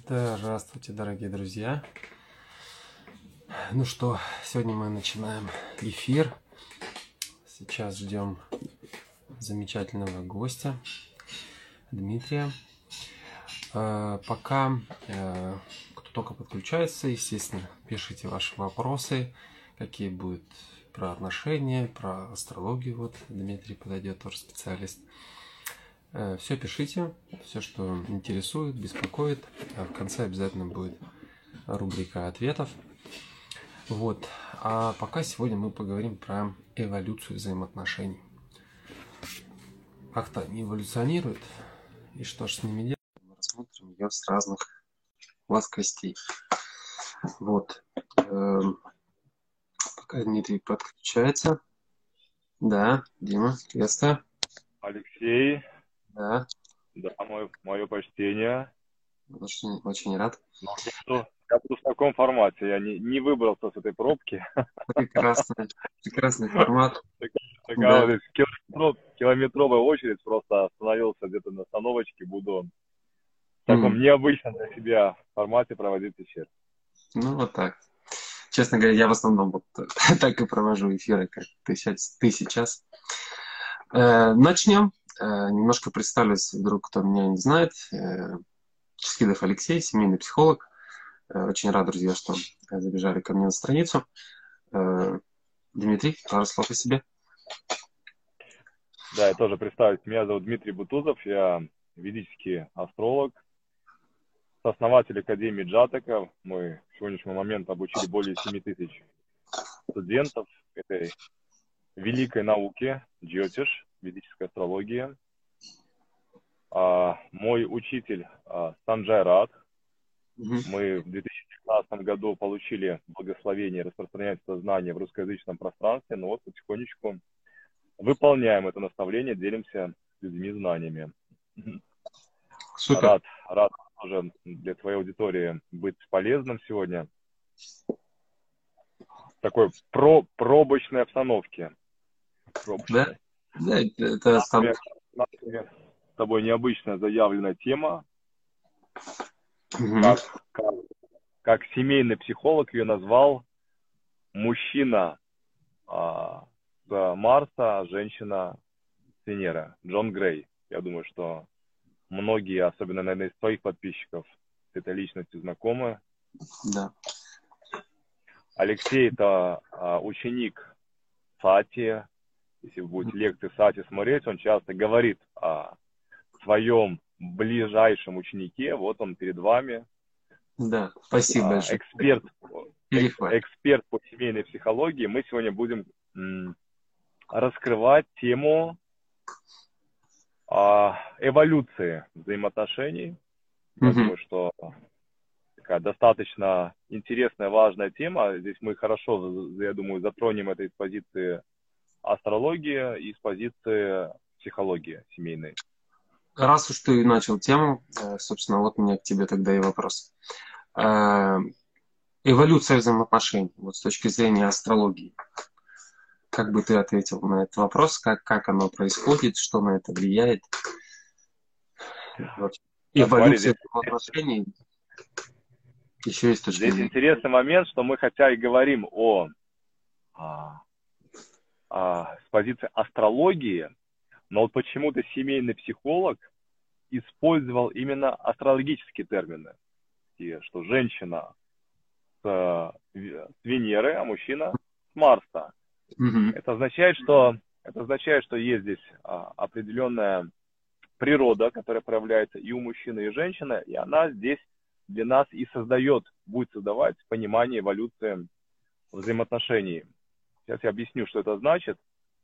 Здравствуйте, дорогие друзья. Ну что, сегодня мы начинаем эфир. Сейчас ждем замечательного гостя, Дмитрия. Пока кто только подключается, естественно, пишите ваши вопросы, какие будут про отношения, про астрологию. Вот Дмитрий подойдет, тоже специалист. Все пишите, все, что интересует, беспокоит. А в конце обязательно будет рубрика ответов. Вот. А пока сегодня мы поговорим про эволюцию взаимоотношений. Как-то они эволюционируют, и что же с ними делать? Мы рассмотрим ее с разных плоскостей. Вот. Пока Дмитрий подключается. Да, Дима, приветствую. Алексей, Да, да, мое почтение. очень рад. Но я буду в таком формате, я не выбрался с этой пробки. Прекрасный формат. Такая Да. вот километровая очередь, просто остановился где-то на остановочке, буду в таком необычном для себя формате проводить эфир. Ну, вот так. Честно говоря, я в основном вот так и провожу эфиры, как ты сейчас. Начнем. Немножко представлюсь, вдруг кто меня не знает. Ческидов Алексей, семейный психолог. Очень рад, друзья, что забежали ко мне на страницу. Дмитрий, пару слов о себе. Да, я тоже представлюсь. Меня зовут Дмитрий Бутузов, я ведический астролог, сооснователь Академии Джатака. Мы к сегодняшнему моменту обучили более 7 тысяч студентов этой великой науке Джьотиш, ведическая астрология. Мой учитель Санджай Радх. Мы в 2015 году получили благословение распространять это знание в русскоязычном пространстве, но вот потихонечку выполняем это наставление, делимся с людьми знаниями. Супер. Рад тоже для твоей аудитории быть полезным сегодня в такой пробочной обстановке. Да, это с тобой необычная заявленная тема. Как семейный психолог ее назвал, мужчина с Марса, а женщина с Венеры. Джон Грей. Я думаю, что многие, особенно, наверное, из твоих подписчиков, с этой личностью знакомы. Да. Алексей – это ученик Сати. Если вы будете лекции Сати смотреть, он часто говорит о своем ближайшем ученике. Вот он перед вами. Да, спасибо большое. Эксперт по семейной психологии. Мы сегодня будем раскрывать тему эволюции взаимоотношений. Я думаю, что такая достаточно интересная, важная тема. Здесь мы хорошо, я думаю, затронем это из позиции астрологии и из позиции психологии семейной. Раз уж ты начал тему, собственно, вот у меня к тебе тогда и вопрос. Эволюция взаимоотношений, вот с точки зрения астрологии. Как бы ты ответил на этот вопрос? Как оно происходит? Что на это влияет? Эволюция взаимоотношений еще есть точка зрения. Здесь интересный момент, что мы хотя и говорим с позиции астрологии, но вот почему-то семейный психолог использовал именно астрологические термины. И что женщина с Венеры, а мужчина с Марса. Это означает, что есть здесь определенная природа, которая проявляется и у мужчины, и у женщины, и она здесь для нас и будет создавать понимание эволюции взаимоотношений. Сейчас я объясню, что это значит.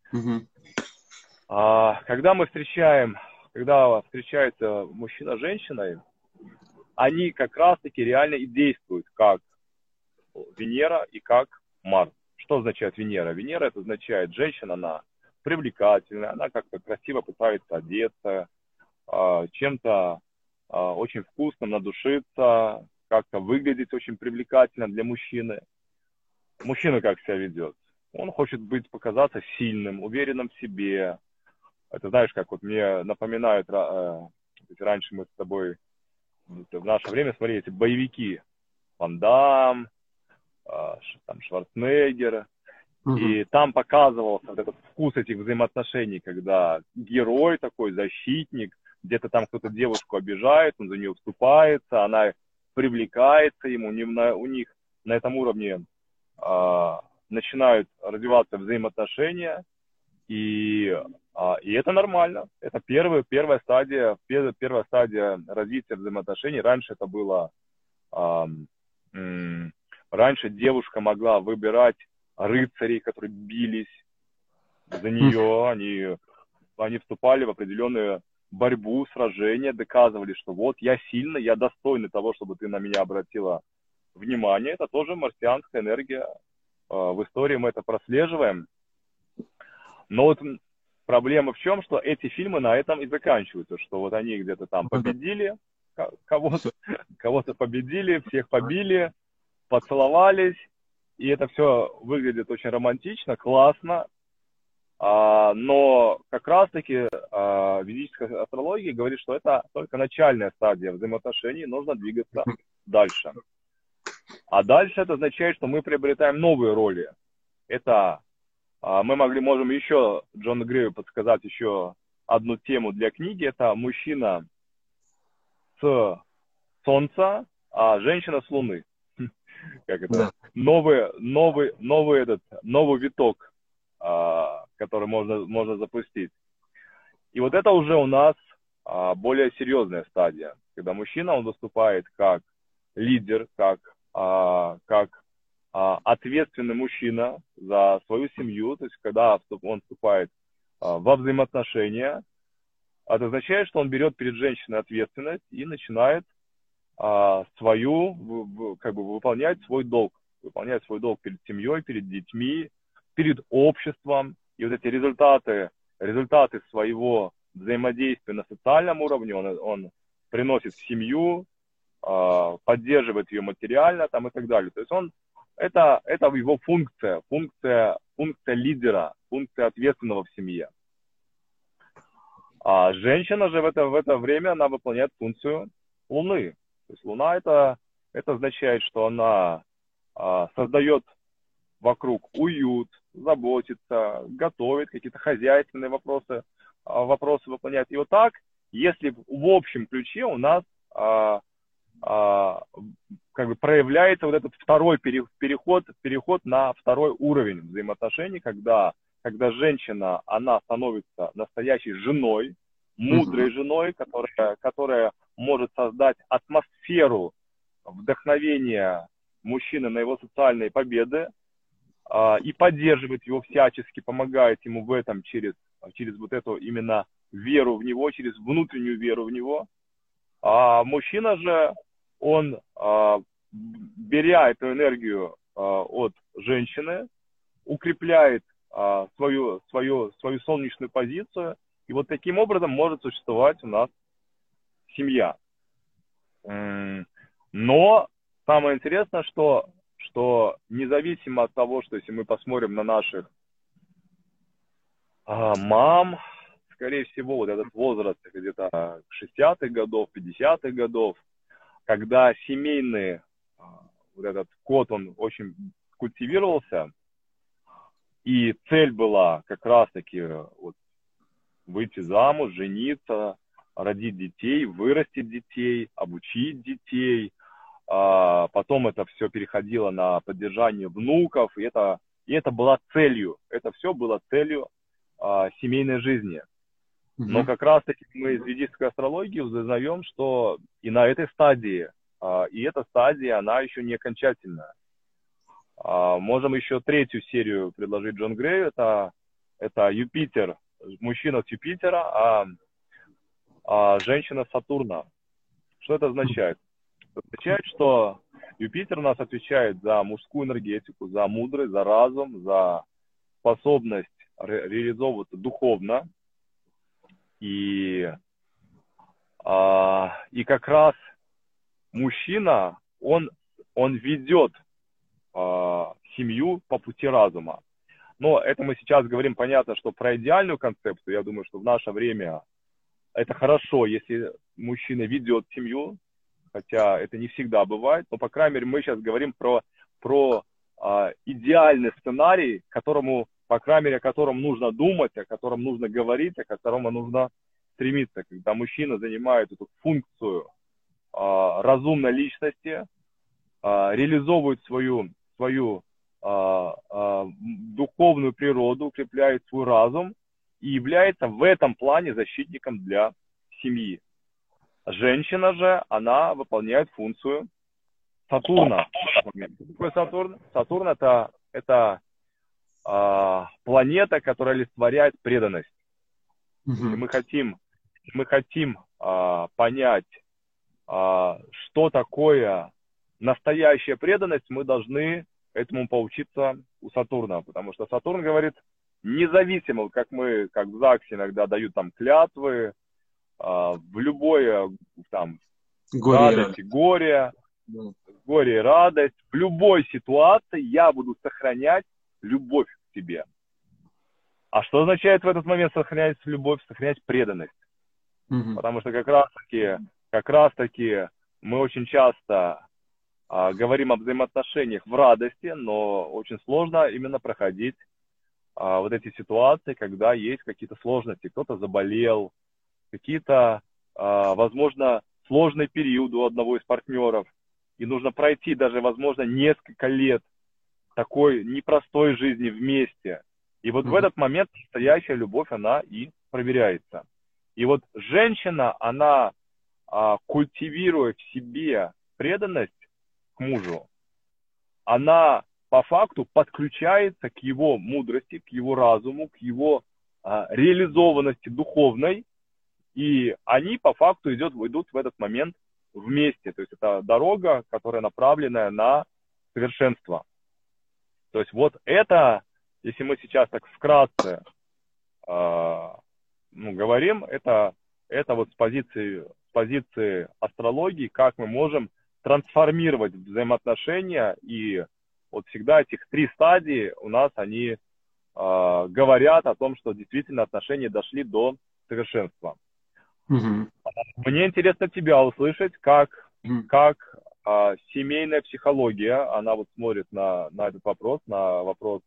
Когда встречается мужчина с женщиной, они как раз-таки реально и действуют как Венера и как Марс. Что означает Венера? Венера это означает женщина, она привлекательная, она как-то красиво пытается одеться, чем-то очень вкусным надушиться, как-то выглядеть очень привлекательно для мужчины. Мужчина как себя ведет? Он хочет показаться сильным, уверенным в себе. Это знаешь, как вот мне напоминают, раньше мы с тобой в наше время смотрели эти боевики. Ван Дам, там Шварценеггер. И там показывался вот этот вкус этих взаимоотношений, когда герой такой, защитник, где-то там кто-то девушку обижает, он за нее вступается, она привлекается ему, у них на этом уровне начинают развиваться взаимоотношения, и это нормально. Это первая стадия развития взаимоотношений. Раньше это было... Раньше девушка могла выбирать рыцарей, которые бились за нее. Они вступали в определенную борьбу, сражения, доказывали, что вот я сильный, я достойный того, чтобы ты на меня обратила внимание. Это тоже марсианская энергия. В истории мы это прослеживаем. Но вот проблема в чем, что эти фильмы на этом и заканчиваются, что вот они где-то там победили, кого-то победили, всех побили, поцеловались, и это все выглядит очень романтично, классно, но как раз-таки ведическая астрология говорит, что это только начальная стадия взаимоотношений, нужно двигаться дальше. А дальше это означает, что мы приобретаем новые роли. Это мы можем еще Джону Грею подсказать еще одну тему для книги. Это мужчина с Солнца, а женщина с Луны. Как это? Новый виток, который можно запустить. И вот это уже у нас более серьезная стадия, когда мужчина, он выступает как лидер, как ответственный мужчина за свою семью, то есть когда он вступает во взаимоотношения, это означает, что он берет перед женщиной ответственность и начинает выполнять свой долг перед семьей, перед детьми, перед обществом. И вот эти результаты своего взаимодействия на социальном уровне он приносит в семью, поддерживает ее материально там, и так далее. То есть это его функция лидера, функция ответственного в семье. А женщина же в это время она выполняет функцию Луны. То есть Луна это означает, что она создает вокруг уют, заботится, готовит, какие-то хозяйственные вопросы выполняет. И вот так, если в общем ключе у нас проявляется вот этот второй переход на второй уровень взаимоотношений, когда женщина, она становится настоящей женой, мудрой женой, которая может создать атмосферу вдохновения мужчины на его социальные победы и поддерживает его всячески, помогает ему в этом через вот эту именно веру в него, через внутреннюю веру в него. А мужчина же, он, беря эту энергию от женщины, укрепляет свою солнечную позицию, и вот таким образом может существовать у нас семья. Но самое интересное, что независимо от того, что если мы посмотрим на наших мам, скорее всего, вот этот возраст где-то 60-х годов, 50-х годов, когда семейный вот этот код, он очень культивировался, и цель была как раз-таки вот, выйти замуж, жениться, родить детей, вырастить детей, обучить детей. Потом это все переходило на поддержание внуков, и это была целью. Это все было целью семейной жизни. Но как раз-таки мы из ведической астрологии узнаем, что и на этой стадии, и эта стадия, она еще не окончательная. Можем еще третью серию предложить Джон Грею. Это Юпитер, мужчина с Юпитера, а женщина с Сатурна. Что это означает? Это означает, что Юпитер у нас отвечает за мужскую энергетику, за мудрость, за разум, за способность реализовываться духовно. И как раз мужчина, он ведет семью по пути разума. Но это мы сейчас говорим, понятно, что про идеальную концепцию. Я думаю, что в наше время это хорошо, если мужчина ведет семью, хотя это не всегда бывает, но, по крайней мере, мы сейчас говорим про идеальный сценарий, которому, по крайней мере, о котором нужно думать, о котором нужно говорить, о котором нужно стремиться, когда мужчина занимает эту функцию разумной личности, реализовывает свою духовную природу, укрепляет свой разум и является в этом плане защитником для семьи. Женщина же, она выполняет функцию Сатурна. Что такое Сатурн? Сатурн это планета, которая олицетворяет преданность. Если мы хотим понять, что такое настоящая преданность, мы должны этому поучиться у Сатурна, потому что Сатурн говорит, независимо, как в ЗАГСе иногда дают там клятвы, в любое там радость и горе, горе и радость, в любой ситуации я буду сохранять любовь к тебе. А что означает в этот момент сохранять любовь, сохранять преданность? Потому что как раз таки мы очень часто говорим о взаимоотношениях в радости, но очень сложно именно проходить вот эти ситуации, когда есть какие-то сложности, кто-то заболел, какие-то, возможно, сложные периоды у одного из партнеров, и нужно пройти даже, возможно, несколько лет такой непростой жизни вместе. И вот в этот момент настоящая любовь, она и проверяется. И вот женщина, она, культивируя в себе преданность к мужу, она по факту подключается к его мудрости, к его разуму, к его реализованности духовной, и они по факту идут в этот момент вместе. То есть это дорога, которая направлена на совершенство. То есть вот это, если мы сейчас так вкратце говорим, это вот с позиции астрологии, как мы можем трансформировать взаимоотношения, и вот всегда этих 3 стадии у нас, они говорят о том, что действительно отношения дошли до совершенства. Мне интересно тебя услышать, как семейная психология, она вот смотрит на этот вопрос, на вопрос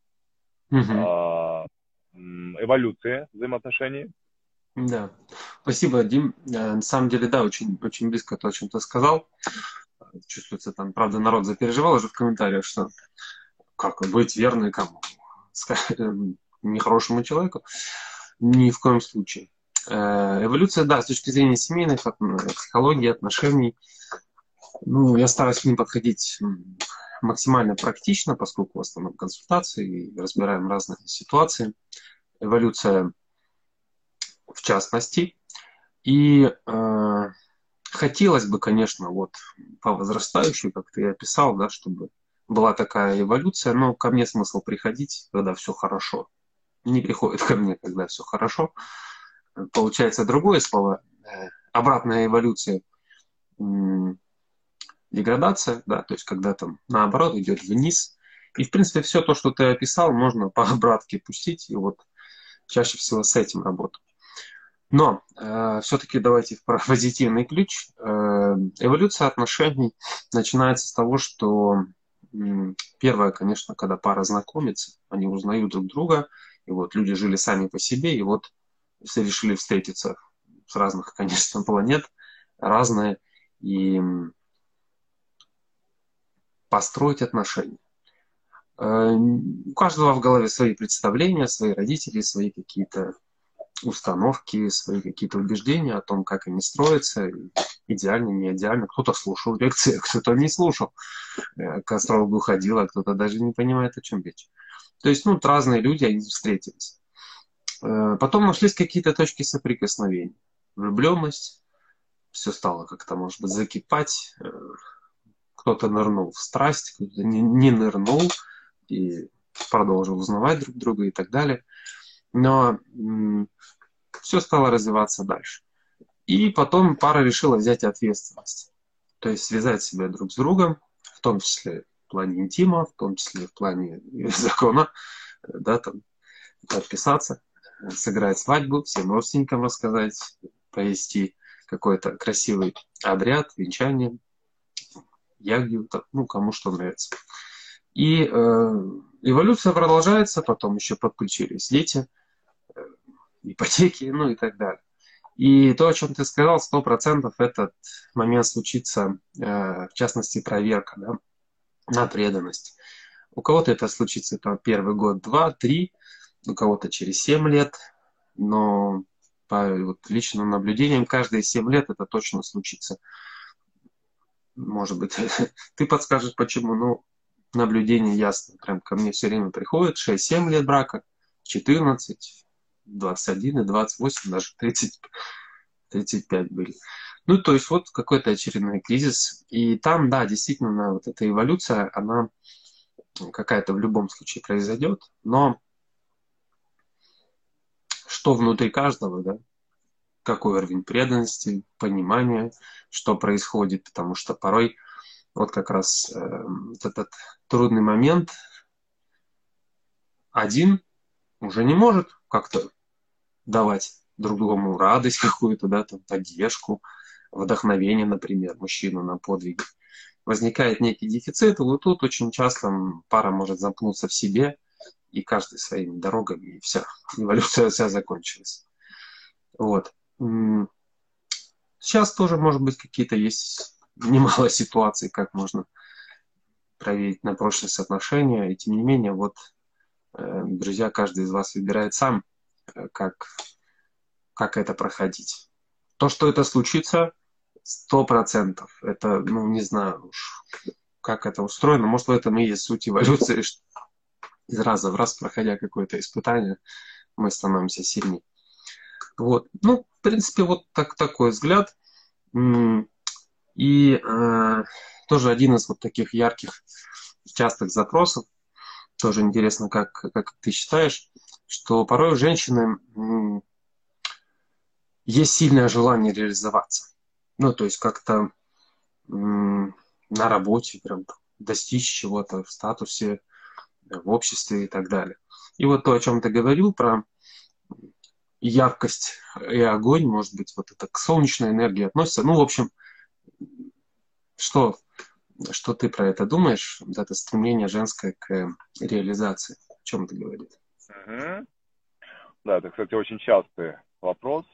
эволюции взаимоотношений. Да, спасибо, Дим. На самом деле, да, очень, очень близко то, о чем ты сказал. Чувствуется там, правда, народ запереживал уже в комментариях, что как быть верной кому? Нехорошему человеку? Ни в коем случае. Эволюция, да, с точки зрения семейной психологии, отношений, я стараюсь к ним подходить максимально практично, поскольку в основном консультации и разбираем разные ситуации. Эволюция в частности. И хотелось бы, конечно, вот по возрастающей, как ты и описал, да, чтобы была такая эволюция, но ко мне смысл приходить, когда все хорошо. Не приходит ко мне, когда все хорошо. Получается другое слово. Обратная эволюция, деградация, да, то есть когда там наоборот идет вниз. И в принципе все то, что ты описал, можно по обратке пустить, и вот чаще всего с этим работать. Но все-таки давайте в позитивный ключ. Эволюция отношений начинается с того, что первое, конечно, когда пара знакомится, они узнают друг друга, и вот люди жили сами по себе, и вот все решили встретиться с разных, конечно, планет, разные, и построить отношения. У каждого в голове свои представления, свои родители, свои какие-то установки, свои какие-то убеждения о том, как они строятся, идеально, не идеально. Кто-то слушал лекции, а кто-то не слушал. К астрологу ходил, а кто-то даже не понимает, о чем речь. То есть, разные люди, они встретились. Потом нашлись какие-то точки соприкосновения. Влюбленность, все стало как-то, может быть, закипать. Кто-то нырнул в страсть, кто-то не нырнул и продолжил узнавать друг друга и так далее. Но все стало развиваться дальше. И потом пара решила взять ответственность. То есть связать себя друг с другом, в том числе в плане интима, в том числе в плане закона, да, там, подписаться, сыграть свадьбу, всем родственникам рассказать, провести какой-то красивый обряд, венчание, ягью, ну, кому что нравится. И эволюция продолжается, потом еще подключились дети, ипотеки, ну и так далее. И то, о чем ты сказал, 100% этот момент случится, в частности, проверка, да, на преданность. У кого-то это случится там первый год, 2, 3, у кого-то через 7 лет, но по вот личным наблюдениям каждые 7 лет это точно случится. Может быть, ты подскажешь, почему, ну, наблюдение ясно. Прям ко мне все время приходит 6-7 лет брака, 14, 21 и 28, даже 30, 35 были. Ну, то есть вот какой-то очередной кризис. И там, да, действительно, вот эта эволюция, она какая-то в любом случае произойдет. Но что внутри каждого, да, какой уровень преданности, понимания, что происходит, потому что порой вот как раз вот этот трудный момент один уже не может как-то давать друг другому радость какую-то, да, там, поддержку, вдохновение, например, мужчину на подвиги. Возникает некий дефицит, и вот тут очень часто пара может замкнуться в себе, и каждый своими дорогами, и вся, эволюция вся закончилась. Вот. Сейчас тоже, может быть, какие-то есть немало ситуаций, как можно проверить на прочность отношения, и тем не менее, вот, друзья, каждый из вас выбирает сам, как это проходить. То, что это случится, 100%. Это, ну, не знаю уж, как это устроено. Может, в этом и есть суть эволюции, что из раза в раз, проходя какое-то испытание, мы становимся сильнее. Вот. Ну, в принципе, вот такой взгляд. И тоже один из вот таких ярких, частых запросов, тоже интересно, как ты считаешь, что порой у женщины есть сильное желание реализоваться. Ну, то есть как-то на работе прям достичь чего-то в статусе, в обществе и так далее. И вот то, о чем ты говорил, про яркость и огонь, может быть, вот это к солнечной энергии относится. Ну, в общем, что ты про это думаешь? Вот это стремление женское к реализации. О чем ты говоришь? Угу. Да, это, кстати, очень частый вопрос.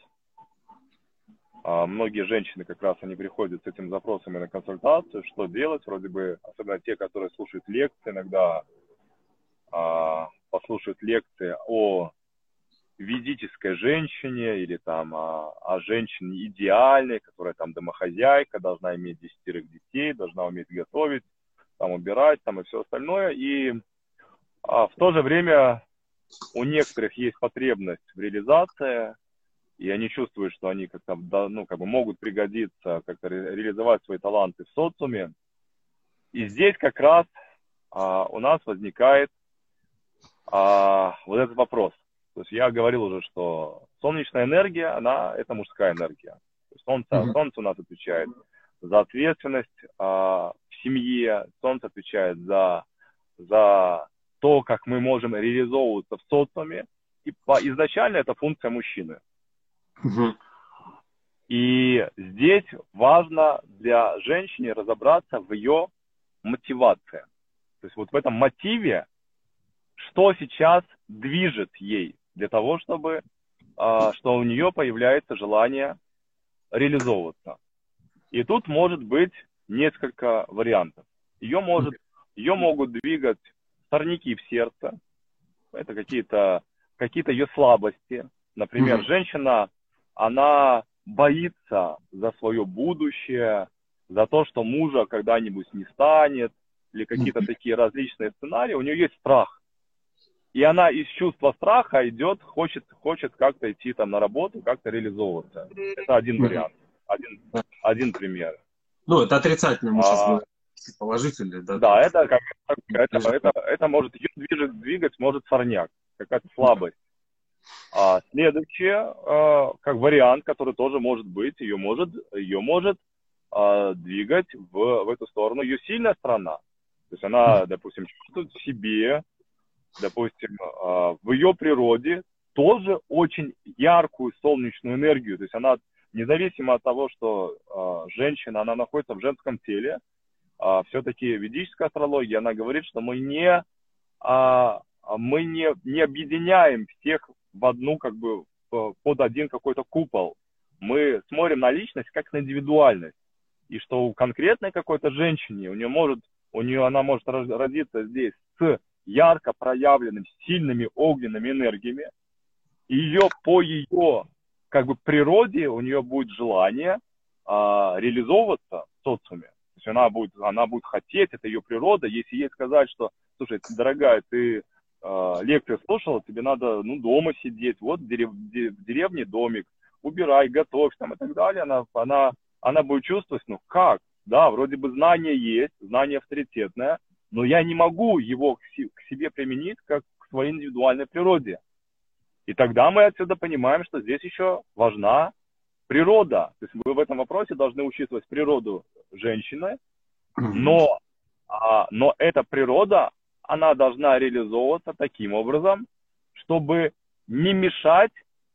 Многие женщины как раз они приходят с этим запросами на консультацию, что делать, вроде бы, особенно те, которые слушают лекции, иногда послушают лекции о ведической женщине или там о женщине идеальной, которая там домохозяйка, должна иметь 10 детей, должна уметь готовить, там убирать, там и все остальное. И в то же время у некоторых есть потребность в реализации, и они чувствуют, что они как-то, ну, как бы могут пригодиться, как-то реализовать свои таланты в социуме. И здесь как раз у нас возникает вот этот вопрос. То есть я говорил уже, что солнечная энергия, это мужская энергия. Солнце у нас отвечает за ответственность в семье, солнце отвечает за то, как мы можем реализовываться в социуме. И изначально это функция мужчины. И здесь важно для женщины разобраться в ее мотивации. То есть вот в этом мотиве, что сейчас движет ей для того, чтобы, что у нее появляется желание реализовываться. И тут может быть несколько вариантов. Ее могут двигать сорняки в сердце, это какие-то ее слабости. Например, женщина, она боится за свое будущее, за то, что мужа когда-нибудь не станет, или какие-то такие различные сценарии. У нее есть страх. И она из чувства страха идет, хочет как-то идти там на работу, как-то реализовываться. Это один вариант, один пример. Ну, это отрицательно, мы сейчас говорим, положительный, да? Да, это может ее двигать, может сорняк, какая-то слабость. Следующее, как вариант, который тоже может быть, ее может двигать в эту сторону ее сильная сторона. То есть она, допустим, чувствует в себе, допустим, в ее природе тоже очень яркую солнечную энергию. То есть она, независимо от того, что женщина, она находится в женском теле, все-таки ведическая астрология, она говорит, что мы не объединяем всех в одну, как бы, под один какой-то купол. Мы смотрим на личность как на индивидуальность. И что у конкретной какой-то женщине, она может родиться здесь с ярко проявленными, сильными огненными энергиями. И по ее как бы природе у нее будет желание реализовываться в социуме. То есть она будет хотеть, это ее природа. Если ей сказать, что, слушай, дорогая, ты лекцию слушала, тебе надо дома сидеть, вот в деревне домик, убирай, готовь там и так далее, она будет чувствовать, как, да, вроде бы знание есть, знание авторитетное, но я не могу его к себе применить как к своей индивидуальной природе. И тогда мы отсюда понимаем, что здесь еще важна природа. То есть вы в этом вопросе должны учитывать природу женщины, но эта природа, она должна реализовываться таким образом, чтобы не мешать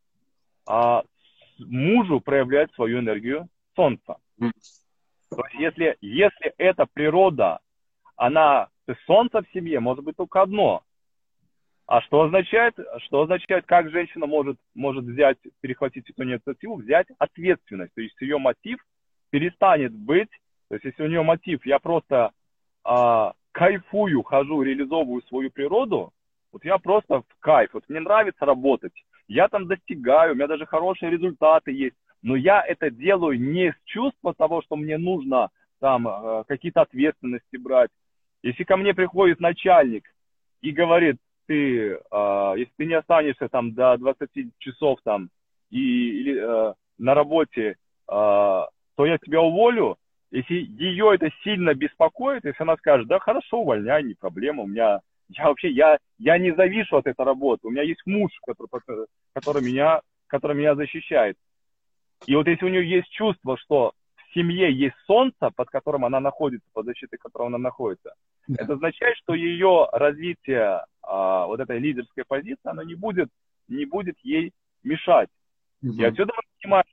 мужу проявлять свою энергию солнца. То есть если эта природа, то есть солнце в семье может быть только одно. А что означает, как женщина может перехватить эту инициативу, взять ответственность. То есть ее мотив перестанет быть, то есть если у нее мотив, я просто кайфую, хожу, реализовываю свою природу, вот я просто в кайф, вот мне нравится работать, я там достигаю, у меня даже хорошие результаты есть, но я это делаю не с чувства того, что мне нужно там какие-то ответственности брать. Если ко мне приходит начальник и говорит, если ты не останешься там до 20 часов там или на работе, то я тебя уволю. Если ее это сильно беспокоит, если она скажет, да хорошо, увольняй, не проблема, я не завишу от этой работы, у меня есть муж, который меня защищает. И вот если у нее есть чувство, что в семье есть солнце, под которым она находится, под защитой которого она находится, это означает, что ее развитие вот этой лидерской позиции, она не будет ей мешать. И отсюда мы понимаем,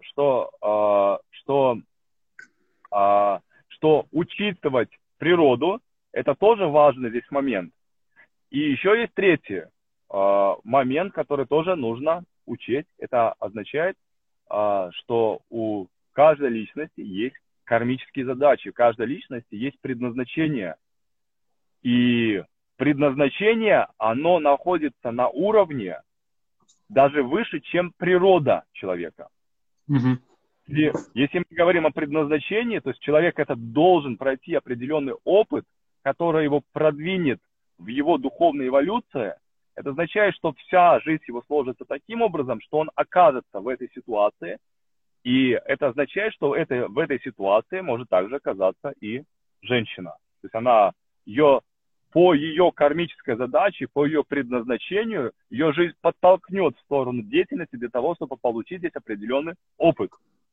что учитывать природу, это тоже важный здесь момент. И еще есть третий момент, который тоже нужно учесть. Это означает, что у каждой личности есть кармические задачи, у каждой личности есть предназначение. И предназначение, оно находится на уровне даже выше, чем природа человека. Если мы говорим о предназначении, то есть человек это должен пройти определенный опыт, который его продвинет в его духовной эволюции. Это означает, что вся жизнь его сложится таким образом, что он окажется в этой ситуации. И это означает, что в этой ситуации может также оказаться и женщина. То есть по ее кармической задаче, по ее предназначению, ее жизнь подтолкнет в сторону деятельности для того, чтобы получить здесь определенный опыт.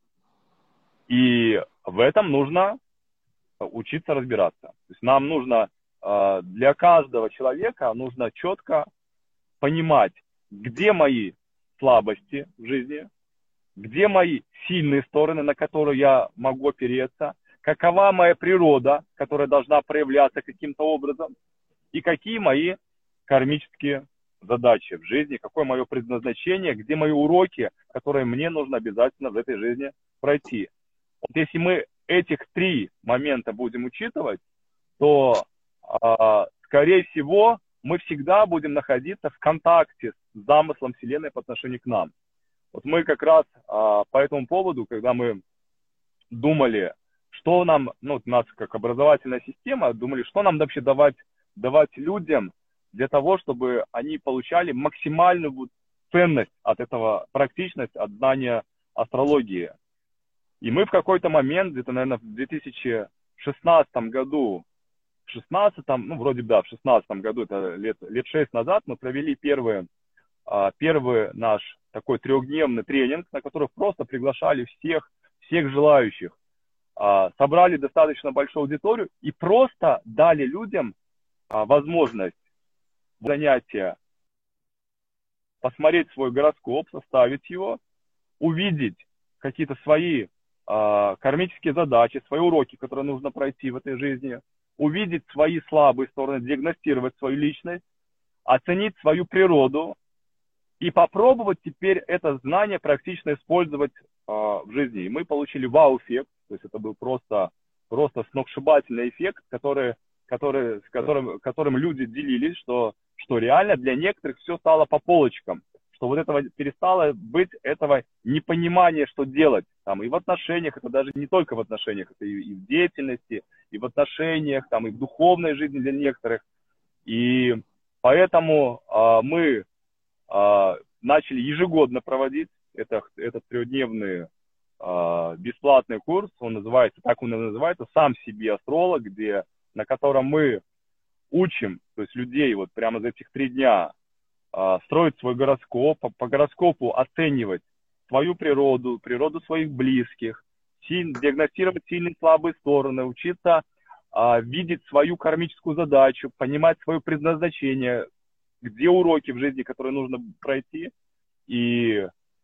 И в этом нужно учиться разбираться. То есть нам нужно, для каждого человека нужно четко понимать, где мои слабости в жизни, где мои сильные стороны, на которые я могу опереться, какова моя природа, которая должна проявляться каким-то образом, и какие мои кармические задачи в жизни, какое мое предназначение, где мои уроки, которые мне нужно обязательно в этой жизни пройти. Вот если мы этих три момента будем учитывать, то, скорее всего, мы всегда будем находиться в контакте с замыслом Вселенной по отношению к нам. Вот мы как раз по этому поводу, когда мы думали, что нам, у нас как образовательная система, думали, что нам вообще давать людям для того, чтобы они получали максимальную ценность от этого, практичность от знания астрологии. И мы в какой-то момент, где-то, наверное, в 2016 году, в 16 году, это лет 6 назад, мы провели первый наш такой 3-дневный тренинг, на который просто приглашали всех желающих, собрали достаточно большую аудиторию и просто дали людям возможность занятия посмотреть свой гороскоп, составить его, увидеть какие-то свои кармические задачи, свои уроки, которые нужно пройти в этой жизни, увидеть свои слабые стороны, диагностировать свою личность, оценить свою природу и попробовать теперь это знание практично использовать в жизни. И мы получили вау-эффект, то есть это был просто сногсшибательный эффект, которым люди делились, что реально для некоторых все стало по полочкам, что вот этого перестало быть этого непонимания, что делать. Там, и в отношениях, это даже не только в отношениях, это и в деятельности, и в отношениях, там, и в духовной жизни для некоторых. И поэтому мы начали ежегодно проводить этот трехдневный бесплатный курс. Он называется «Сам себе астролог», на котором мы учим, то есть людей вот прямо за этих 3 дня строить свой гороскоп, по гороскопу оценивать свою природу своих близких, диагностировать сильные и слабые стороны, учиться видеть свою кармическую задачу, понимать свое предназначение, где уроки в жизни, которые нужно пройти. И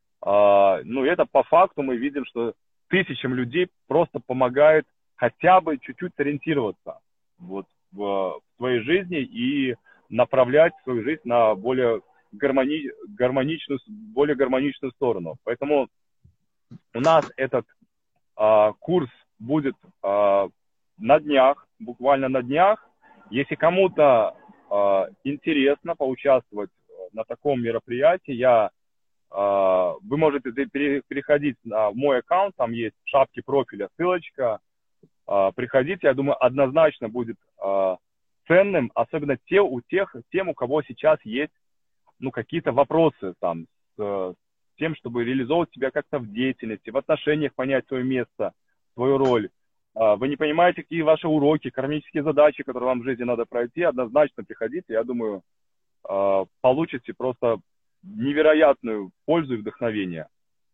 это по факту мы видим, что тысячам людей просто помогает хотя бы чуть-чуть сориентироваться вот в своей жизни и направлять свою жизнь на более гармоничную сторону. Поэтому у нас этот курс будет на днях, буквально на днях. Если кому-то интересно поучаствовать на таком мероприятии, вы можете переходить на мой аккаунт, там есть в шапке профиля ссылочка. Приходите, я думаю, однозначно будет ценным, особенно тем, у кого сейчас есть какие-то вопросы там, с тем, чтобы реализовывать себя как-то в деятельности, в отношениях, понять свое место, свою роль. Вы не понимаете, какие ваши уроки, кармические задачи, которые вам в жизни надо пройти, однозначно приходите, я думаю, получите просто невероятную пользу и вдохновение.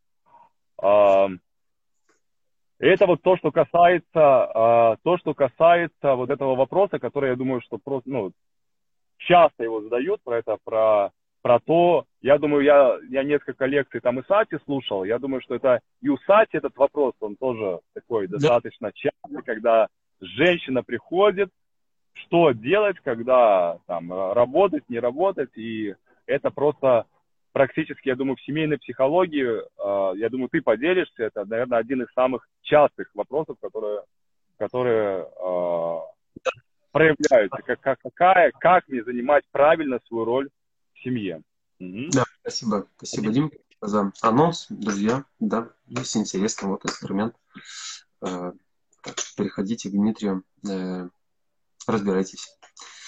Это вот то, что касается вот этого вопроса, который, я думаю, что просто, часто его задают про то, я думаю, я несколько лекций там и Сати слушал, я думаю, что это и у Сати этот вопрос, он тоже такой достаточно частый, когда женщина приходит, что делать, когда там работать, не работать, и это просто практически, я думаю, в семейной психологии, я думаю, ты поделишься, это, наверное, один из самых частых вопросов, которые проявляются, как мне занимать правильно свою роль в семье. Да, спасибо, Дим, за анонс, друзья, да, если интересно, вот инструмент, так что переходите к Дмитрию, разбирайтесь.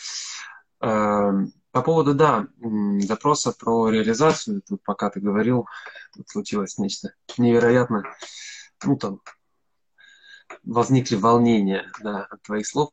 По поводу, запроса про реализацию, тут пока ты говорил, тут случилось нечто невероятное, там возникли волнения, от твоих слов.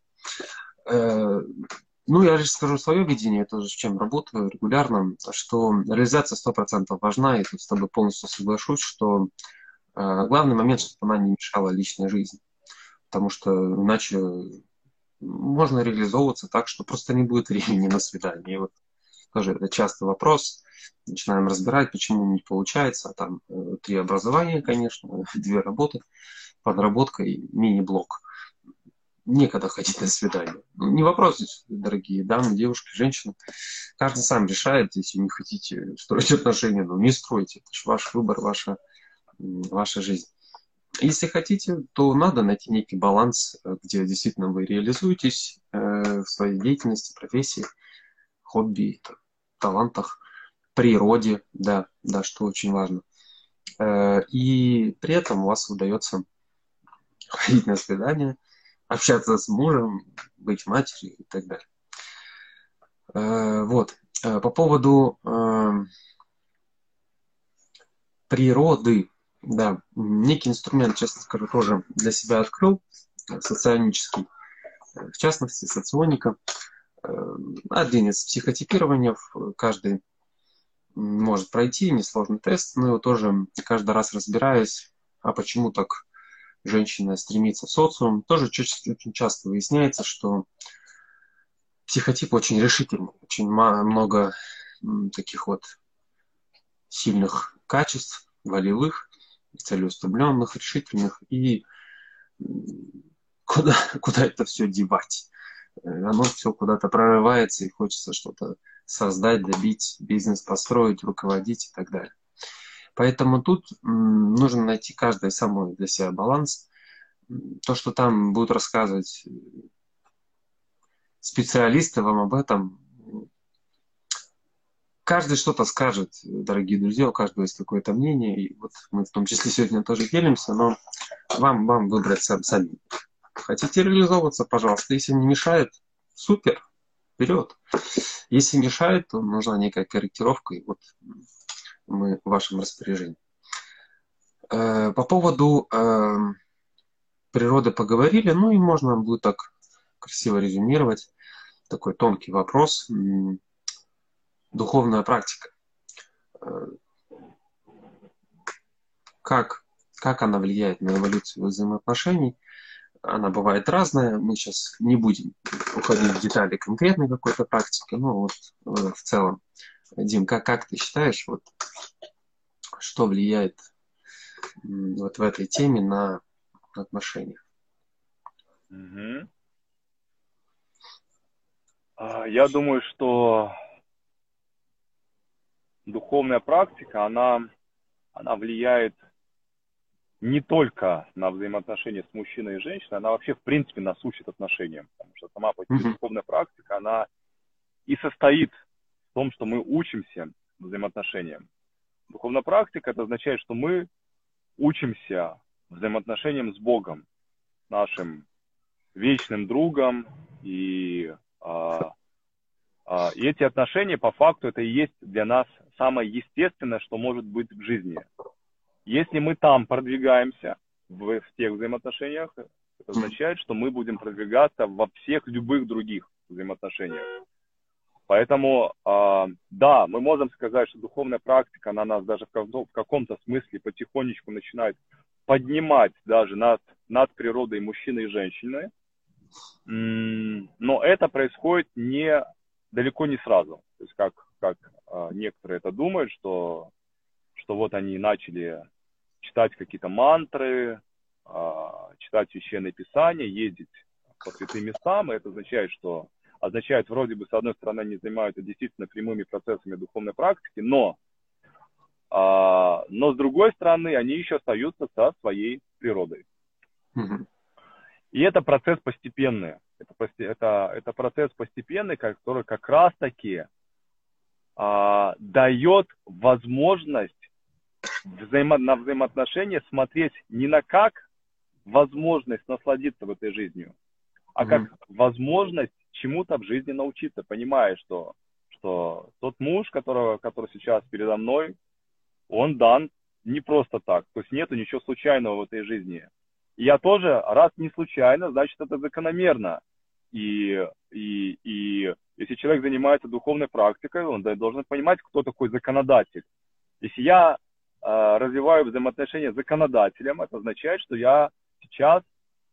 Я же скажу свое видение, тоже с чем работаю регулярно, что реализация 100% важна, и тут с тобой полностью соглашусь, что главный момент, чтобы она не мешала личной жизни, потому что иначе можно реализовываться так, что просто не будет времени на свидание. И вот тоже это частый вопрос, начинаем разбирать, почему не получается, там 3 образования, конечно, 2 работы, подработка и мини-блок. Некогда ходить на свидание. Не вопрос, дорогие дамы, девушки, женщины. Каждый сам решает, если не хотите строить отношения, не стройте. Это же ваш выбор, ваша жизнь. Если хотите, то надо найти некий баланс, где действительно вы реализуетесь в своей деятельности, профессии, хобби, талантах, природе, да, что очень важно. И при этом у вас удается ходить на свидание, общаться с мужем, быть матерью и так далее. Вот. По поводу природы, некий инструмент, честно скажу, тоже для себя открыл, соционический, в частности, соционика. Один из психотипирований, каждый может пройти, несложный тест, но его тоже каждый раз разбираясь, а почему так женщина стремится в социум, тоже очень часто выясняется, что психотип очень решительный, очень много таких вот сильных качеств, волевых, целеустремленных, решительных, и куда это все девать? Оно все куда-то прорывается, и хочется что-то создать, добить, бизнес построить, руководить и так далее. Поэтому тут нужно найти каждый самый для себя баланс. То, что там будут рассказывать специалисты вам об этом, каждый что-то скажет, дорогие друзья, у каждого есть какое-то мнение, и вот мы в том числе сегодня тоже делимся, но вам выбрать сами. Хотите реализовываться, пожалуйста. Если не мешает, супер, вперед. Если мешает, то нужна некая корректировка, и вот мы в вашем распоряжении. По поводу природы поговорили, ну и можно будет так красиво резюмировать. Такой тонкий вопрос. Духовная практика. Как она влияет на эволюцию взаимоотношений? Она бывает разная. Мы сейчас не будем уходить в детали конкретной какой-то практики, но вот в целом. Дим, как ты считаешь, вот, что влияет вот в этой теме на отношения? Я думаю, что духовная практика, она влияет не только на взаимоотношения с мужчиной и женщиной, она вообще, в принципе, нас учит отношениям. Потому что сама по себе духовная практика, она и состоит в том, что мы учимся взаимоотношениям. Духовная практика, это означает, что мы учимся взаимоотношениям с Богом, нашим вечным другом. И эти отношения, по факту, это и есть для нас самое естественное, что может быть в жизни. Если мы там продвигаемся, в тех взаимоотношениях, это означает, что мы будем продвигаться во всех любых других взаимоотношениях. Поэтому, да, мы можем сказать, что духовная практика, она нас даже в каком-то смысле потихонечку начинает поднимать даже над природой мужчины и женщины. Но это происходит далеко не сразу. То есть как некоторые это думают, что вот они начали читать какие-то мантры, читать священные писания, ездить по святым местам, и это означает вроде бы, с одной стороны, они занимаются действительно прямыми процессами духовной практики, но с другой стороны, они еще остаются со своей природой. И это процесс постепенный. Это процесс постепенный, который как раз-таки дает возможность на взаимоотношения смотреть не на возможность насладиться в этой жизнью, а как возможность чему-то в жизни научиться, понимая, что тот муж, который сейчас передо мной, он дан не просто так. То есть нету ничего случайного в этой жизни. И я тоже, раз не случайно, значит, это закономерно. И если человек занимается духовной практикой, он должен понимать, кто такой законодатель. Если я развиваю взаимоотношения с законодателем, это означает, что я сейчас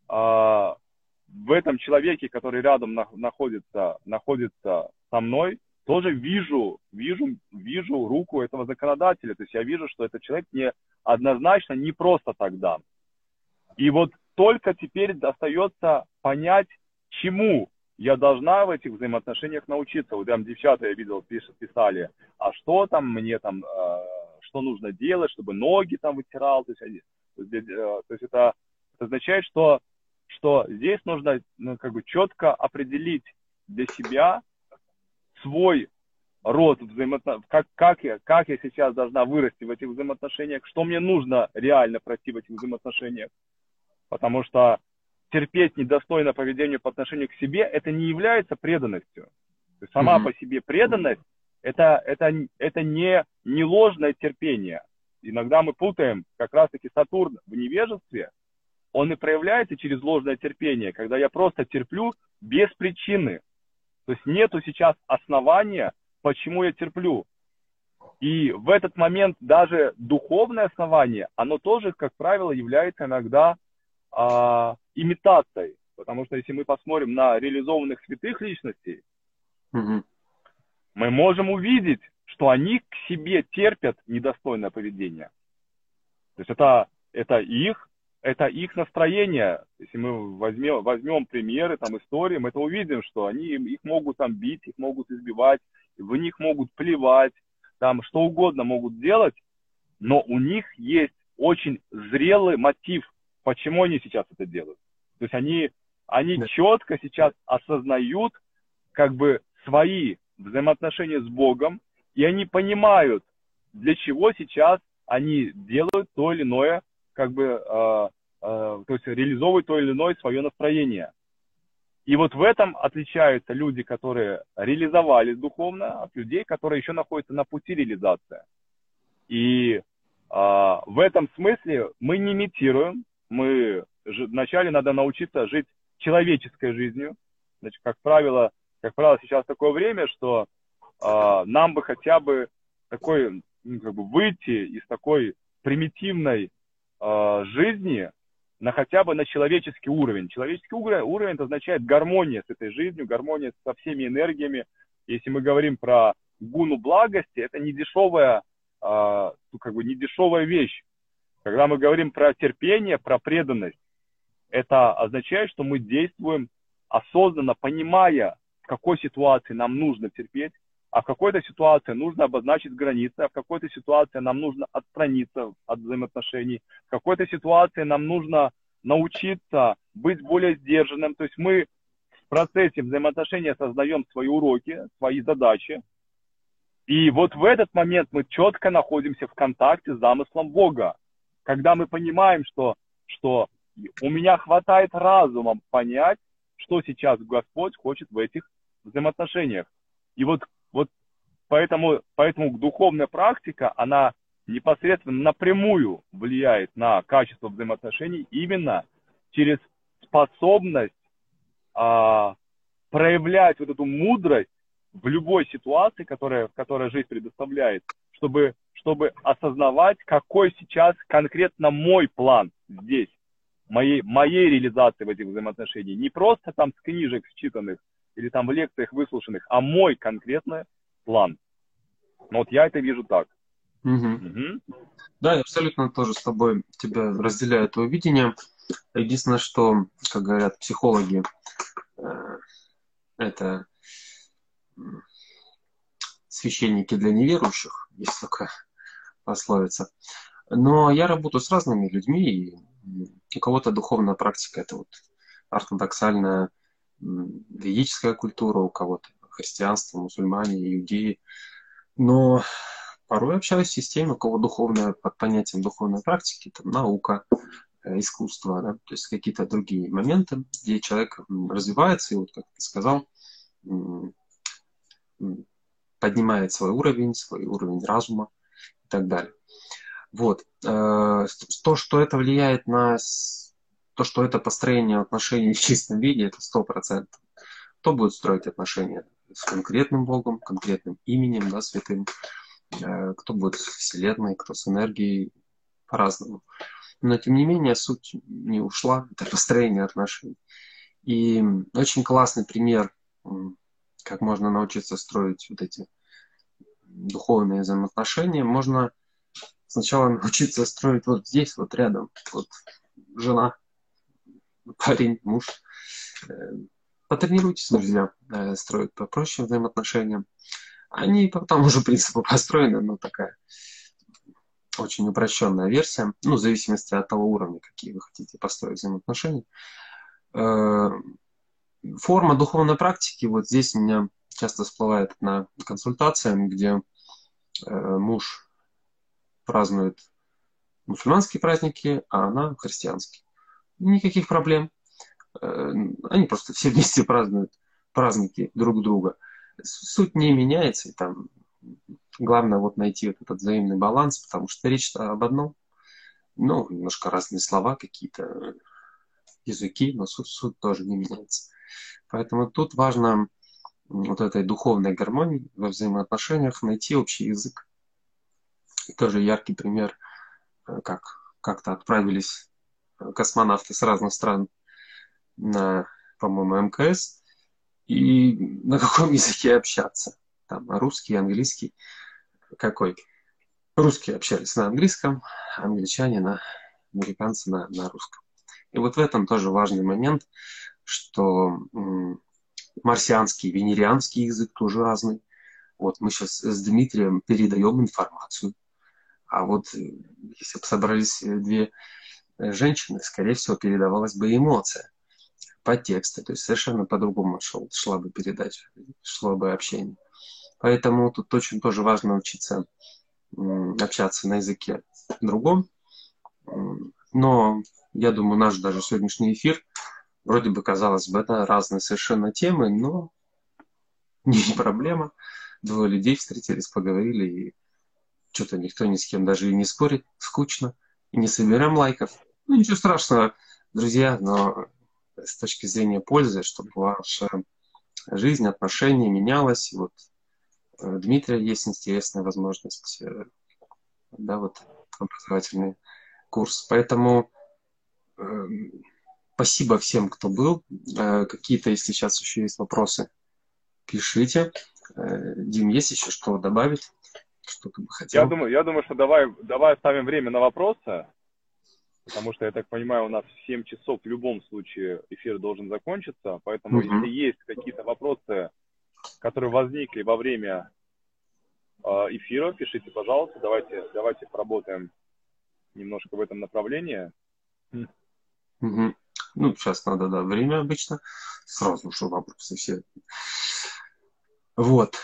в этом человеке, который рядом находится со мной, тоже вижу руку этого законодателя. То есть я вижу, что этот человек мне однозначно не просто так дан. И вот только теперь остается понять, чему я должна в этих взаимоотношениях научиться. Вот там девчата, я видел, писали, а что там мне там, что нужно делать, чтобы ноги там вытирал. То есть это означает, что здесь нужно четко определить для себя свой род взаимоотношений, как я сейчас должна вырасти в этих взаимоотношениях, что мне нужно реально пройти в этих взаимоотношениях. Потому что терпеть недостойное поведение по отношению к себе, это не является преданностью. То есть сама по себе преданность, это не ложное терпение. Иногда мы путаем, как раз-таки Сатурн в невежестве, он и проявляется через ложное терпение, когда я просто терплю без причины. То есть нету сейчас основания, почему я терплю. И в этот момент даже духовное основание, оно тоже, как правило, является иногда имитацией. Потому что если мы посмотрим на реализованных святых личностей, мы можем увидеть, что они к себе терпят недостойное поведение. То есть это их настроение. Если мы возьмем примеры, там, истории, мы это увидим, что их могут там бить, их могут избивать, в них могут плевать, там что угодно могут делать, но у них есть очень зрелый мотив, почему они сейчас это делают. То есть они четко сейчас осознают как бы свои взаимоотношения с Богом, и они понимают, для чего сейчас они делают то или иное, как бы, то есть реализовывают то или иное свое настроение. И вот в этом отличаются люди, которые реализовались духовно, от людей, которые еще находятся на пути реализации. И в этом смысле мы не имитируем, вначале надо научиться жить человеческой жизнью. Значит, как правило, сейчас такое время, что нам бы хотя бы такой, как бы выйти из такой примитивной жизни хотя бы на человеческий уровень. Человеческий уровень это означает гармония с этой жизнью, гармония со всеми энергиями. Если мы говорим про гуну благости, это не дешевая, не дешевая вещь. Когда мы говорим про терпение, про преданность, это означает, что мы действуем осознанно, понимая, в какой ситуации нам нужно терпеть, а в какой-то ситуации нужно обозначить границы, а в какой-то ситуации нам нужно отстраниться от взаимоотношений, в какой-то ситуации нам нужно научиться быть более сдержанным. То есть мы в процессе взаимоотношений осознаем свои уроки, свои задачи. И вот в этот момент мы четко находимся в контакте с замыслом Бога. Когда мы понимаем, что у меня хватает разума понять, что сейчас Господь хочет в этих взаимоотношениях. И вот поэтому духовная практика, она непосредственно напрямую влияет на качество взаимоотношений именно через способность проявлять вот эту мудрость в любой ситуации, которая жизнь предоставляет, чтобы осознавать, какой сейчас конкретно мой план здесь, моей реализации в этих взаимоотношениях. Не просто там с книжек считанных или там в лекциях выслушанных, а мой конкретный план. Но вот я это вижу так. Да, я абсолютно тоже с тобой разделяю это видение. Единственное, что, как говорят психологи, это священники для неверующих, есть такая пословица. Но я работаю с разными людьми, и у кого-то духовная практика – это вот ортодоксальная ведическая культура, у кого-то христианство, мусульмане, иудеи. Но порой общаюсь с теми, у кого духовная, под понятием духовной практики, там наука, искусство, да, то есть какие-то другие моменты, где человек развивается, и вот, как ты сказал, поднимает свой уровень разума и так далее. Вот. То, что это влияет на то, что это построение отношений в чистом виде, это 100%. Кто будет строить отношения с конкретным Богом, конкретным именем, да, святым, кто будет с Вселенной, кто с энергией, по-разному. Но, тем не менее, суть не ушла, это построение отношений. И очень классный пример, как можно научиться строить вот эти духовные взаимоотношения. Можно сначала научиться строить вот здесь, вот рядом. Вот жена, парень, муж. Потренируйтесь, друзья, строить попроще взаимоотношения. Они по тому же принципу построены, но такая очень упрощенная версия, ну, в зависимости от того уровня, какие вы хотите построить взаимоотношения. Форма духовной практики, вот здесь у меня часто всплывает на консультациях, где муж празднует мусульманские праздники, а она христианские. Никаких проблем. Они просто все вместе празднуют праздники друг друга. Суть не меняется, и там главное вот найти вот этот взаимный баланс, потому что речь-то об одном. Ну, немножко разные слова, какие-то языки, но суть тоже не меняется. Поэтому тут важно вот этой духовной гармонии во взаимоотношениях найти общий язык. И тоже яркий пример, как-то отправились космонавты с разных стран на, по-моему, МКС, и на каком языке общаться? Там русский, английский, какой? Русские общались на английском, англичане американцы на русском. И вот в этом тоже важный момент, что марсианский, венерианский язык тоже разный. Вот мы сейчас с Дмитрием передаем информацию. А вот если бы собрались две женщины, скорее всего, передавалась бы эмоция, подтексты. То есть совершенно по-другому шла бы передача, шло бы общение. Поэтому тут очень тоже важно учиться общаться на языке другом. Но я думаю, наш даже сегодняшний эфир, вроде бы, казалось бы, это разные совершенно темы, но не проблема. Двое людей встретились, поговорили, и что-то никто ни с кем даже и не спорит, скучно, и не соберем лайков. Ну, ничего страшного, друзья, но с точки зрения пользы, чтобы ваша жизнь, отношения менялась. И вот у Дмитрия есть интересная возможность, да, вот образовательный курс. Поэтому спасибо всем, кто был. Какие-то, если сейчас еще есть вопросы, пишите. Дим, есть еще что добавить? Что ты бы хотел? Я думаю, что давай оставим время на вопросы, потому что, я так понимаю, у нас в 7 часов в любом случае эфир должен закончиться. Поэтому, если есть какие-то вопросы, которые возникли во время эфира, пишите, пожалуйста. Давайте поработаем немножко в этом направлении. Ну, сейчас надо, да, время обычно. Сразу, что вопросы все. Вот.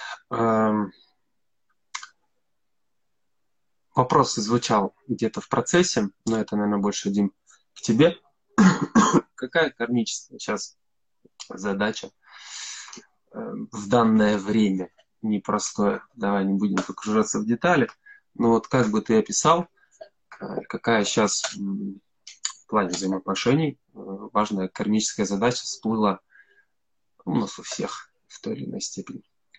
Вопрос звучал где-то в процессе, но это, наверное, больше, Дим, к тебе. Какая кармическая сейчас задача в данное время непростое? Давай не будем погружаться в детали. Но вот как бы ты описал, какая сейчас в плане взаимоотношений важная кармическая задача всплыла у нас у всех в той или иной степени?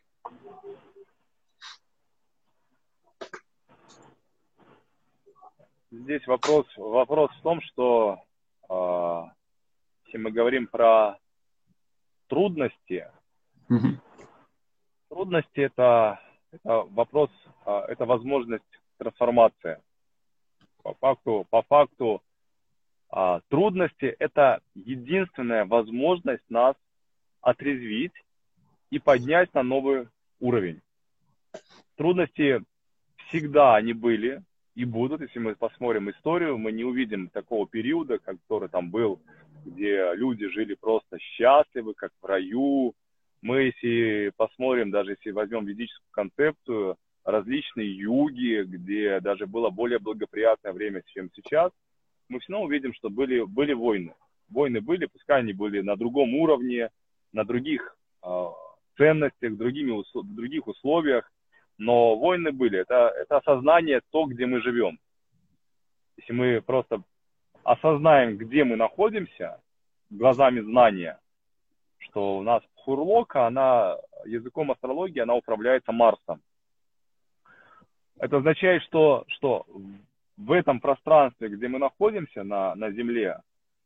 Здесь вопрос в том, что если мы говорим про трудности, трудности это вопрос, это возможность трансформации. По факту трудности это единственная возможность нас отрезвить и поднять на новый уровень. Трудности всегда они были и будут. Если мы посмотрим историю, мы не увидим такого периода, который там был, где люди жили просто счастливы, как в раю. Мы, если посмотрим, даже если возьмем ведическую концепцию, различные юги, где даже было более благоприятное время, чем сейчас, мы все равно увидим, что были войны. Войны были, пускай они были на другом уровне, на других ценностях, в других условиях, но войны были. Это осознание то, где мы живем. Если мы просто осознаем, где мы находимся, глазами знания, что у нас Пхурлока, она языком астрологии, она управляется Марсом. Это означает, что в этом пространстве, где мы находимся на Земле,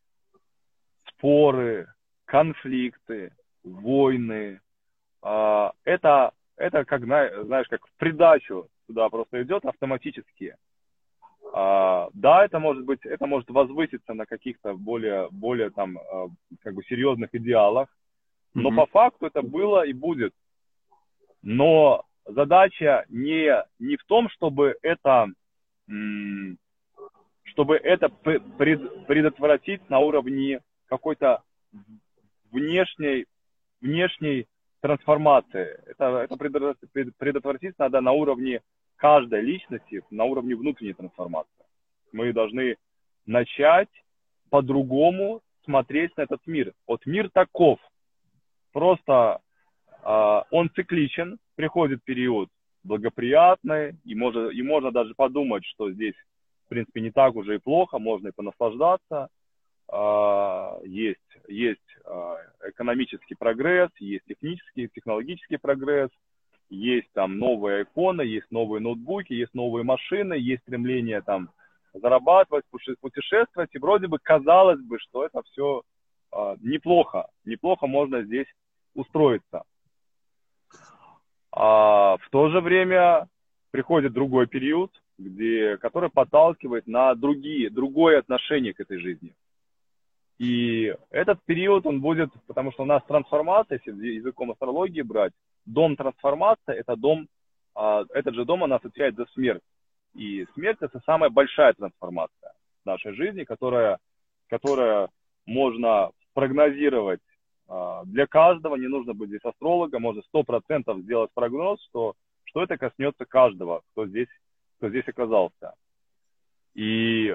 споры, конфликты, войны, это как, знаешь, как в придачу туда просто идет автоматически. Да, это может возвыситься на каких-то более там, как бы серьезных идеалах, но по факту это было и будет. Но задача не в том, чтобы это предотвратить на уровне какой-то внешней трансформации. Это предотвратить надо на уровне каждой личности, на уровне внутренней трансформации. Мы должны начать по-другому смотреть на этот мир. Вот мир таков. Просто он цикличен, приходит период благоприятный, и можно даже подумать, что здесь, в принципе, не так уже и плохо, можно и понаслаждаться. Есть экономический прогресс, есть технологический прогресс, есть там новые айфоны, есть новые ноутбуки, есть новые машины, есть стремление там зарабатывать, путешествовать, и вроде бы казалось бы, что это все неплохо можно здесь устроиться. А в то же время приходит другой период, которое подталкивает на другое отношение к этой жизни. И этот период, он будет, потому что у нас трансформация, если языком астрологии брать, дом трансформация, этот же дом, она отвечает за смерть. И смерть — это самая большая трансформация в нашей жизни, которая можно прогнозировать для каждого. Не нужно быть здесь астрологом, можно 100% сделать прогноз, что это коснется каждого, кто здесь оказался. И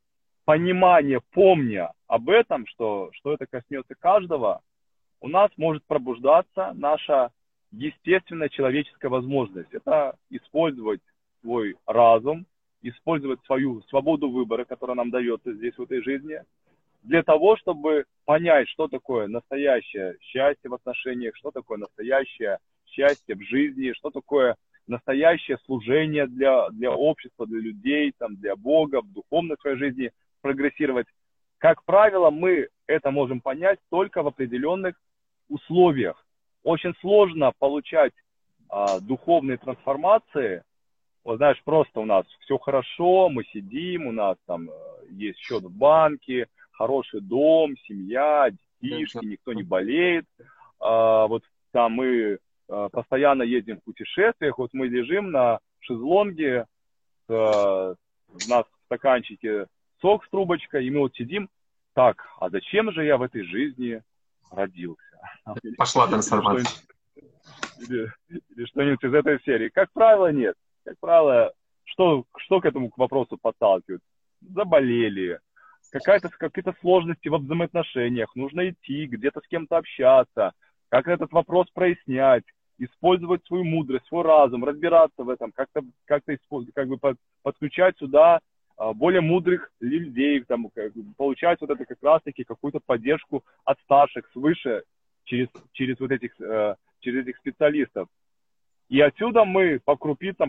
помня об этом, что это коснется каждого, у нас может пробуждаться наша естественная человеческая возможность. Это использовать свой разум, использовать свою свободу выбора, которая нам дается здесь, в этой жизни, для того, чтобы понять, что такое настоящее счастье в отношениях, что такое настоящее счастье в жизни, что такое настоящее служение для общества, для людей, для Бога, в духовной своей жизни прогрессировать. Как правило, мы это можем понять только в определенных условиях. Очень сложно получать духовные трансформации. Вот знаешь, просто у нас все хорошо, мы сидим, у нас там есть счет в банке, хороший дом, семья, детишки, никто не болеет. Вот там мы постоянно ездим в путешествиях, вот мы лежим на шезлонге, у нас в стаканчике сок с трубочкой, и мы вот сидим, так, а зачем же я в этой жизни родился? Пошла трансформация. Или что-нибудь из этой серии. Как правило, нет. Как правило, что к этому вопросу подталкивает? Заболели, какие-то сложности во взаимоотношениях, нужно идти, где-то с кем-то общаться, как этот вопрос прояснять, использовать свою мудрость, свой разум, разбираться в этом, как-то подключать сюда более мудрых людей, получать вот это как раз-таки какую-то поддержку от старших, свыше, через этих специалистов. И отсюда мы по крупицам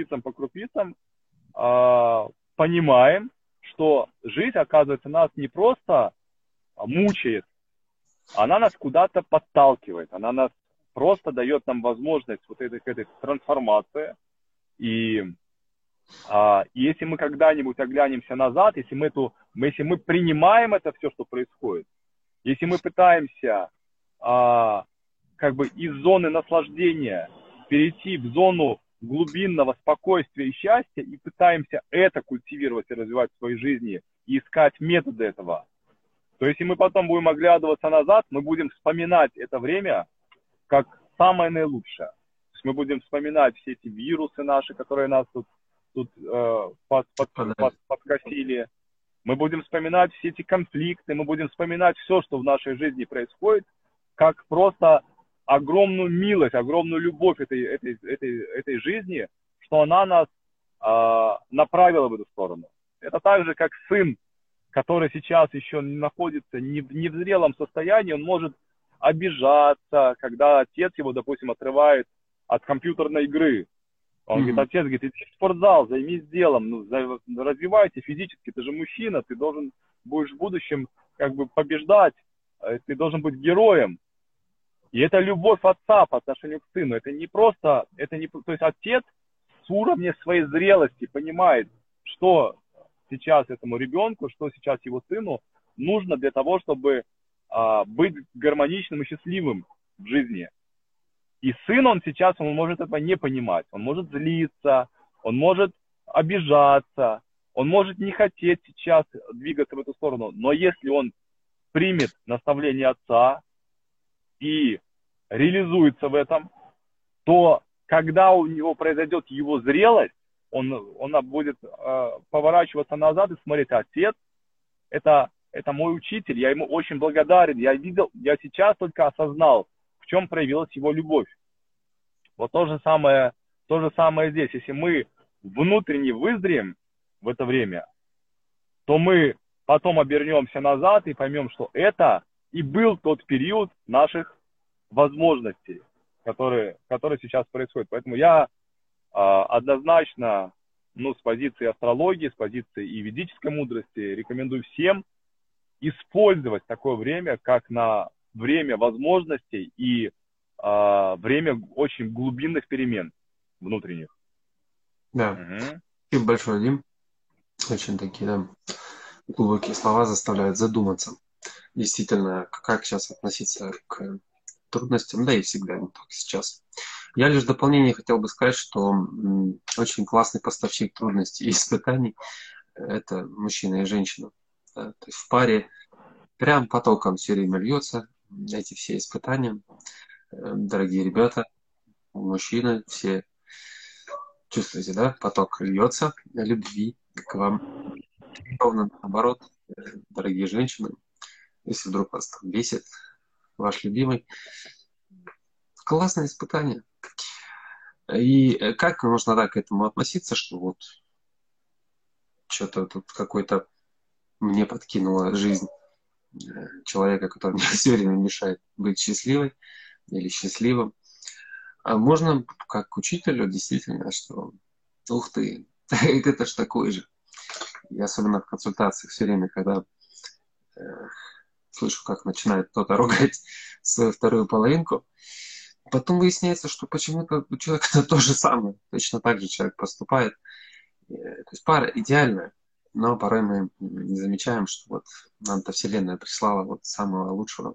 понимаем, что жизнь, оказывается, нас не просто мучает, она нас куда-то подталкивает, она нас просто дает нам возможность вот этой трансформации. И если мы когда-нибудь оглянемся назад, если мы принимаем это все, что происходит, если мы пытаемся из зоны наслаждения перейти в зону глубинного спокойствия и счастья и пытаемся это культивировать и развивать в своей жизни и искать методы этого, то если мы потом будем оглядываться назад, мы будем вспоминать это время как самое наилучшее. То есть мы будем вспоминать все эти вирусы наши, которые нас тут подкосили. Мы будем вспоминать все эти конфликты, мы будем вспоминать все, что в нашей жизни происходит, как просто огромную милость, огромную любовь этой жизни, что она нас направила в эту сторону. Это так же, как сын, который сейчас еще находится не в зрелом состоянии, он может обижаться, когда отец его, допустим, отрывает от компьютерной игры. Он говорит, отец, иди в спортзал, займись делом, развивайся физически, ты же мужчина, ты будешь в будущем побеждать, ты должен быть героем. И это любовь отца по отношению к сыну. То есть отец с уровня своей зрелости понимает, что сейчас этому ребенку, что сейчас его сыну нужно для того, чтобы быть гармоничным и счастливым в жизни. И сын, он может этого не понимать. Он может злиться, он может обижаться, он может не хотеть сейчас двигаться в эту сторону. Но если он примет наставление отца и реализуется в этом, то когда у него произойдет его зрелость, он будет поворачиваться назад и смотреть, отец, это мой учитель, я ему очень благодарен, я сейчас только осознал, в чем проявилась его любовь. Вот то же самое здесь. Если мы внутренне вызреем в это время, то мы потом обернемся назад и поймем, что это и был тот период наших возможностей, которые сейчас происходят. Поэтому я однозначно, с позиции астрологии, с позиции и ведической мудрости рекомендую всем использовать такое время, как на время возможностей и время очень глубинных перемен внутренних. Да. Спасибо большое, Дим. Очень такие, да, глубокие слова заставляют задуматься. Действительно, как сейчас относиться к трудностям, да и всегда, не только сейчас. Я лишь в дополнение хотел бы сказать, что очень классный поставщик трудностей и испытаний – это мужчина и женщина. Да, то есть в паре прям потоком все время льется эти все испытания. Дорогие ребята, мужчины, все чувствуете, да, поток льется любви к вам. Ровно наоборот, дорогие женщины, если вдруг вас там бесит ваш любимый, классное испытание. И как нужно так к этому относиться, что вот что-то тут какой-то мне подкинула жизнь человека, который мне все время мешает быть счастливой или счастливым. А можно как к учителю действительно, что ух ты, это ж такой же. И особенно в консультациях все время, когда слышу, как начинает кто-то ругать свою вторую половинку, потом выясняется, что почему-то у человека то же самое. Точно так же человек поступает. То есть пара идеальная, но порой мы не замечаем, что вот нам-то Вселенная прислала вот самого лучшего,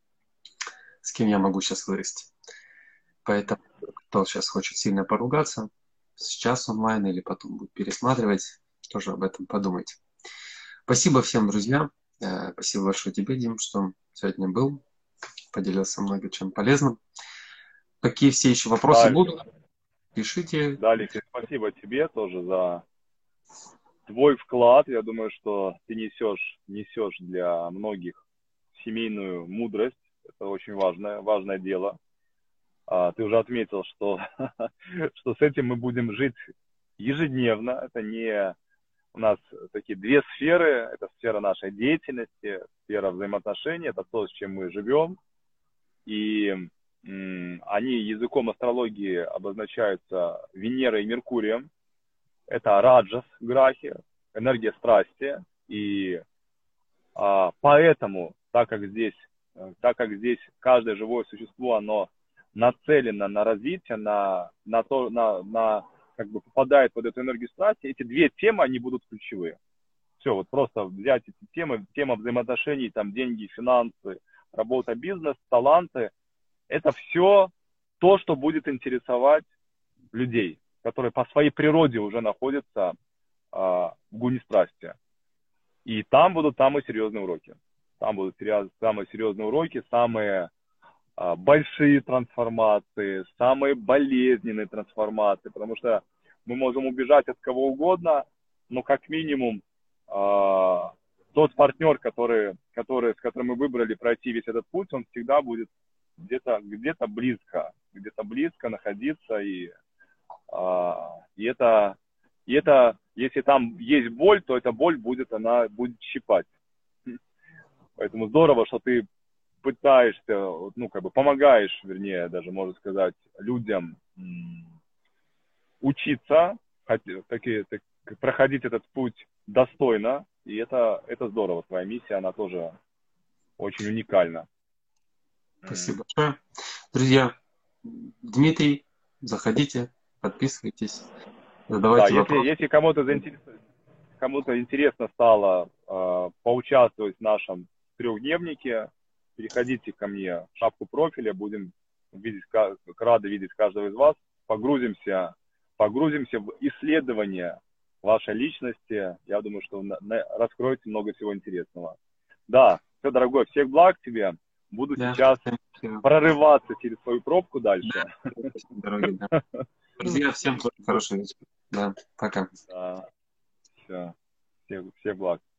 с кем я могу сейчас вырасти. Поэтому кто сейчас хочет сильно поругаться, сейчас онлайн или потом будет пересматривать, тоже об этом подумайте. Спасибо всем, друзья. Спасибо большое тебе, Дим, что сегодня был, поделился много чем полезным. Какие все еще вопросы будут? Пишите. Да, Алексей, спасибо тебе тоже за твой вклад. Я думаю, что ты несешь для многих семейную мудрость. Это очень важное дело. Ты уже отметил, что с этим мы будем жить ежедневно. Это не у нас такие две сферы. Это сфера нашей деятельности, сфера взаимоотношений. Это то, с чем мы живем. И они языком астрологии обозначаются Венерой и Меркурием. Это раджас грахи, энергия страсти. И поэтому, так как здесь каждое живое существо, оно нацелено на развитие, как бы попадает под эту энергию страсти, эти две темы, они будут ключевые. Все, вот просто взять эти темы, тема взаимоотношений, там, деньги, финансы, работа, бизнес, таланты, это все то, что будет интересовать людей, которые по своей природе уже находятся в гуне страсти. И там будут самые серьезные уроки. Там будут самые серьезные уроки, самые большие трансформации, самые болезненные трансформации, потому что мы можем убежать от кого угодно, но как минимум тот партнер, с которым мы выбрали пройти весь этот путь, он всегда будет где-то близко находиться, и это, если там есть боль, то эта боль она будет щипать. Поэтому здорово, что ты пытаешься, помогаешь, вернее, даже можно сказать, людям учиться, проходить этот путь достойно, и это здорово. Твоя миссия, она тоже очень уникальна. Спасибо большое. Друзья, Дмитрий, заходите, подписывайтесь, задавайте вопросы. Если кому-то интересно стало поучаствовать в нашем трехдневнике, переходите ко мне в шапку профиля, будем рады видеть каждого из вас, погрузимся в исследование вашей личности. Я думаю, что раскроете много всего интересного. Да, все, дорогой, всех благ тебе. Буду сейчас прорываться через свою пробку дальше. Дороги, да. Друзья, всем хорошего вечера. Да, пока. Да. Все. Всех благ.